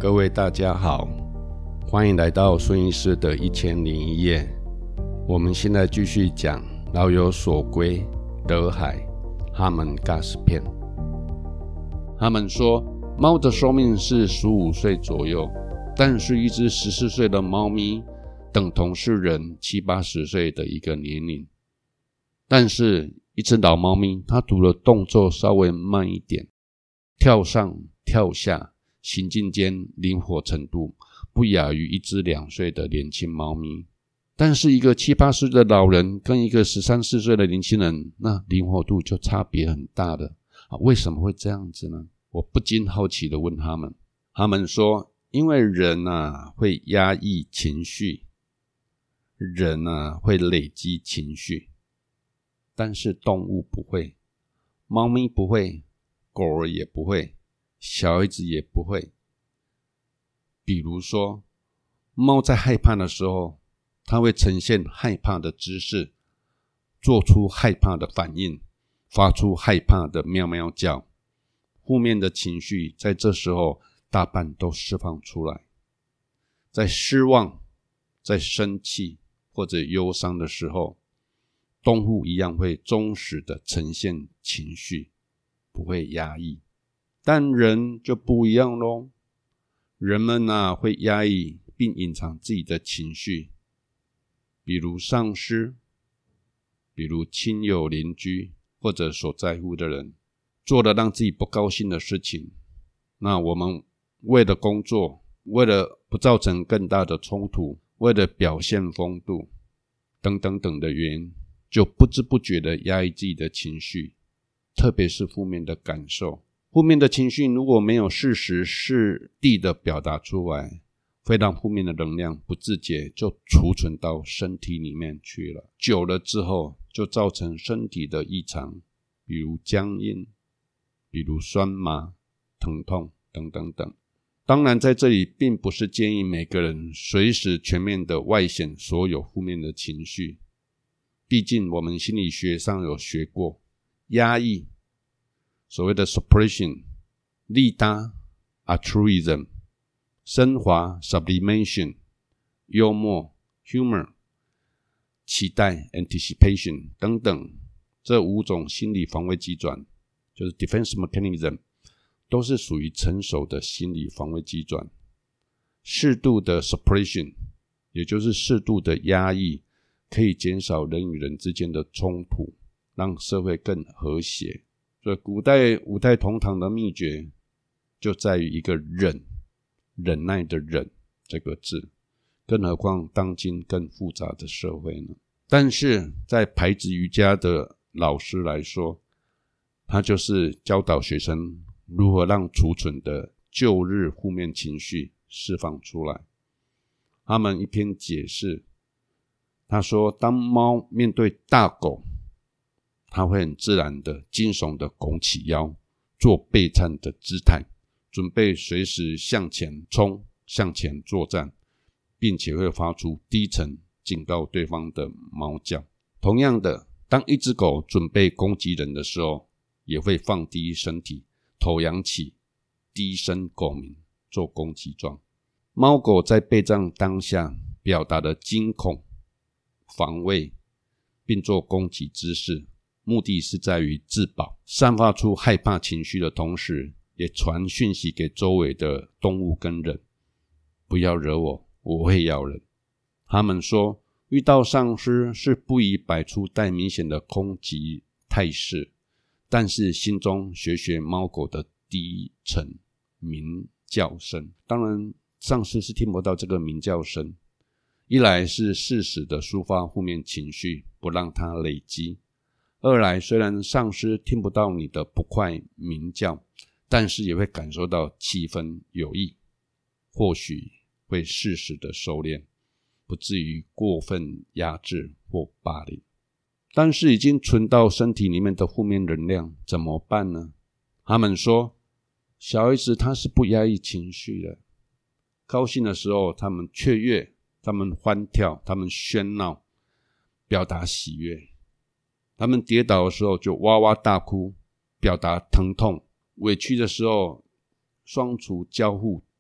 各位大家好，欢迎来到孙医师的1001夜。我们现在继续讲老有所归德海哈门尬斯篇。他们说猫的寿命是15岁左右，但是一只14岁的猫咪等同是人70-80岁的一个年龄。但是一只老猫咪它除了动作稍微慢一点，跳上跳下行进间灵活程度不亚于一只2岁的年轻猫咪。但是一个70-80岁的老人跟一个13-14岁的年轻人，那灵活度就差别很大的。为什么会这样子呢？我不禁好奇地问他们。他们说因为人会压抑情绪，人会累积情绪，但是动物不会，猫咪不会，狗儿也不会，小孩子也不会。比如说猫在害怕的时候，它会呈现害怕的姿势，做出害怕的反应，发出害怕的喵喵叫。负面的情绪在这时候大半都释放出来。在失望，在生气或者忧伤的时候，动物一样会忠实的呈现情绪，不会压抑。但人就不一样咯，人们会压抑并隐藏自己的情绪，比如上司，比如亲友邻居或者所在乎的人做了让自己不高兴的事情，那我们为了工作，为了不造成更大的冲突，为了表现风度等等等的原因，就不知不觉的压抑自己的情绪，特别是负面的感受。负面的情绪如果没有适时适地的表达出来，会让负面的能量不自觉就储存到身体里面去了，久了之后就造成身体的异常，比如僵硬，比如酸麻、疼痛等等等。当然在这里并不是建议每个人随时全面的外显所有负面的情绪，毕竟我们心理学上有学过，压抑所谓的 suppression， 利他 altruism， 升华 sublimation， 幽默 humor， 期待 anticipation 等等，这5种心理防卫机转就是 defense mechanism， 都是属于成熟的心理防卫机转。适度的 suppression 也就是适度的压抑，可以减少人与人之间的冲突，让社会更和谐。所以古代五代同堂的秘诀就在于一个忍耐的忍这个字，更何况当今更复杂的社会呢？但是在排子瑜伽的老师来说，他就是教导学生如何让储存的旧日负面情绪释放出来。他们一篇解释，他说当猫面对大狗，它会很自然的惊悚的拱起腰，做备战的姿态，准备随时向前冲，向前作战，并且会发出低沉警告对方的猫叫。同样的，当一只狗准备攻击人的时候，也会放低身体，头扬起，低声狗鸣，做攻击状。猫狗在备战当下表达的惊恐、防卫，并做攻击姿势，目的是在于自保，散发出害怕情绪的同时，也传讯息给周围的动物跟人，不要惹我，我会咬人。他们说遇到丧尸是不宜摆出太明显的攻击态势，但是心中学猫狗的低沉鸣叫声。当然丧尸是听不到这个鸣叫声，一来是适时的抒发负面情绪，不让它累积；二来虽然丧尸听不到你的不快鸣叫，但是也会感受到气氛有益，或许会适时的收敛，不至于过分压制或霸凌。但是已经存到身体里面的负面能量怎么办呢？他们说小孩子他是不压抑情绪的，高兴的时候他们雀跃，他们欢跳，他们喧闹，表达喜悦；他们跌倒的时候就哇哇大哭，表达疼痛；委屈的时候双足交互，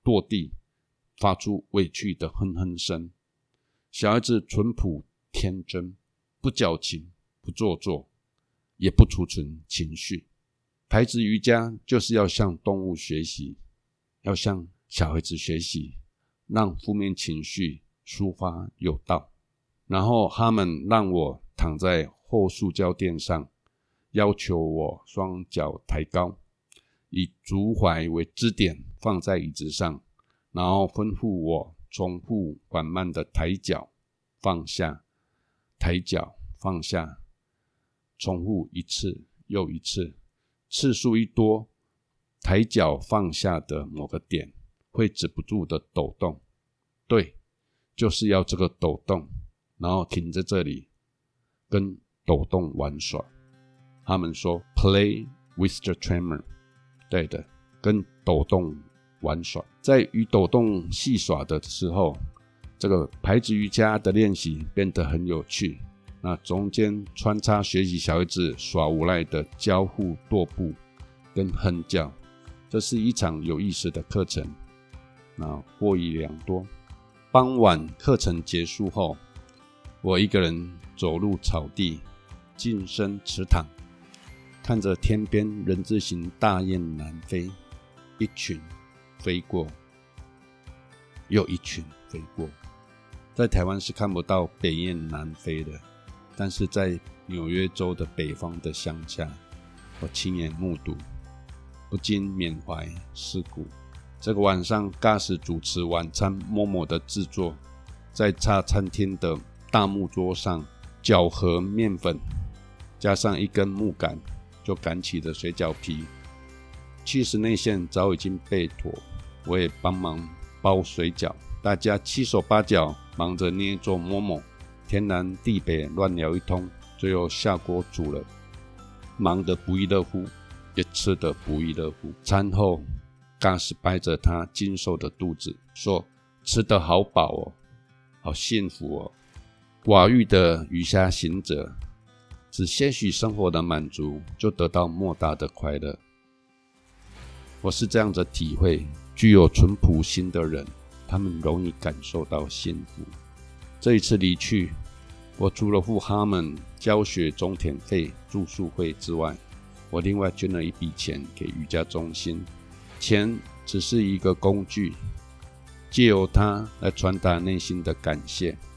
跺地，发出委屈的哼哼声。小孩子淳朴天真，不矫情，不做作，也不储存情绪。孩子瑜伽就是要向动物学习，要向小孩子学习，让负面情绪抒发有道。然后他们让我躺在厚塑胶垫上，要求我双脚抬高，以足踝为支点放在椅子上，然后吩咐我重复缓慢的抬脚放下，抬脚放下，重复一次又一次。次数一多，抬脚放下的某个点会止不住的抖动。对，就是要这个抖动，然后停在这里跟抖动玩耍。他们说 play with the tremor， 对的，跟抖动玩耍。在与抖动戏耍的时候，这个孩子瑜伽的练习变得很有趣。那中间穿插学习小孩子耍无赖的交互跺步跟哼叫，这是一场有意思的课程。那获益良多。傍晚课程结束后，我一个人走入草地，近身池塘，看着天边人字形大雁南飞，一群飞过，又一群飞过。在台湾是看不到北雁南飞的，但是在纽约州的北方的乡下，我亲眼目睹，不禁缅怀思古。这个晚上 Gus 主持晚餐 Momo 的制作，在茶餐厅的大木桌上搅和面粉，加上一根木杆，就擀起了水饺皮。cheese内馅早已经备妥，我也帮忙包水饺，大家七手八脚忙着捏做 Momo，天南地北乱聊一通，最后下锅煮了，忙得不亦乐乎，也吃得不亦乐乎。餐后 Gus 掰着他精瘦的肚子说，吃得好饱哦，好幸福哦。寡欲的瑜伽行者只些许生活的满足，就得到莫大的快乐。我是这样的体会，具有淳朴心的人，他们容易感受到幸福。这一次离去，我除了付他们教学钟点费、住宿费之外，我另外捐了一笔钱给瑜伽中心。钱只是一个工具，借由它来传达内心的感谢。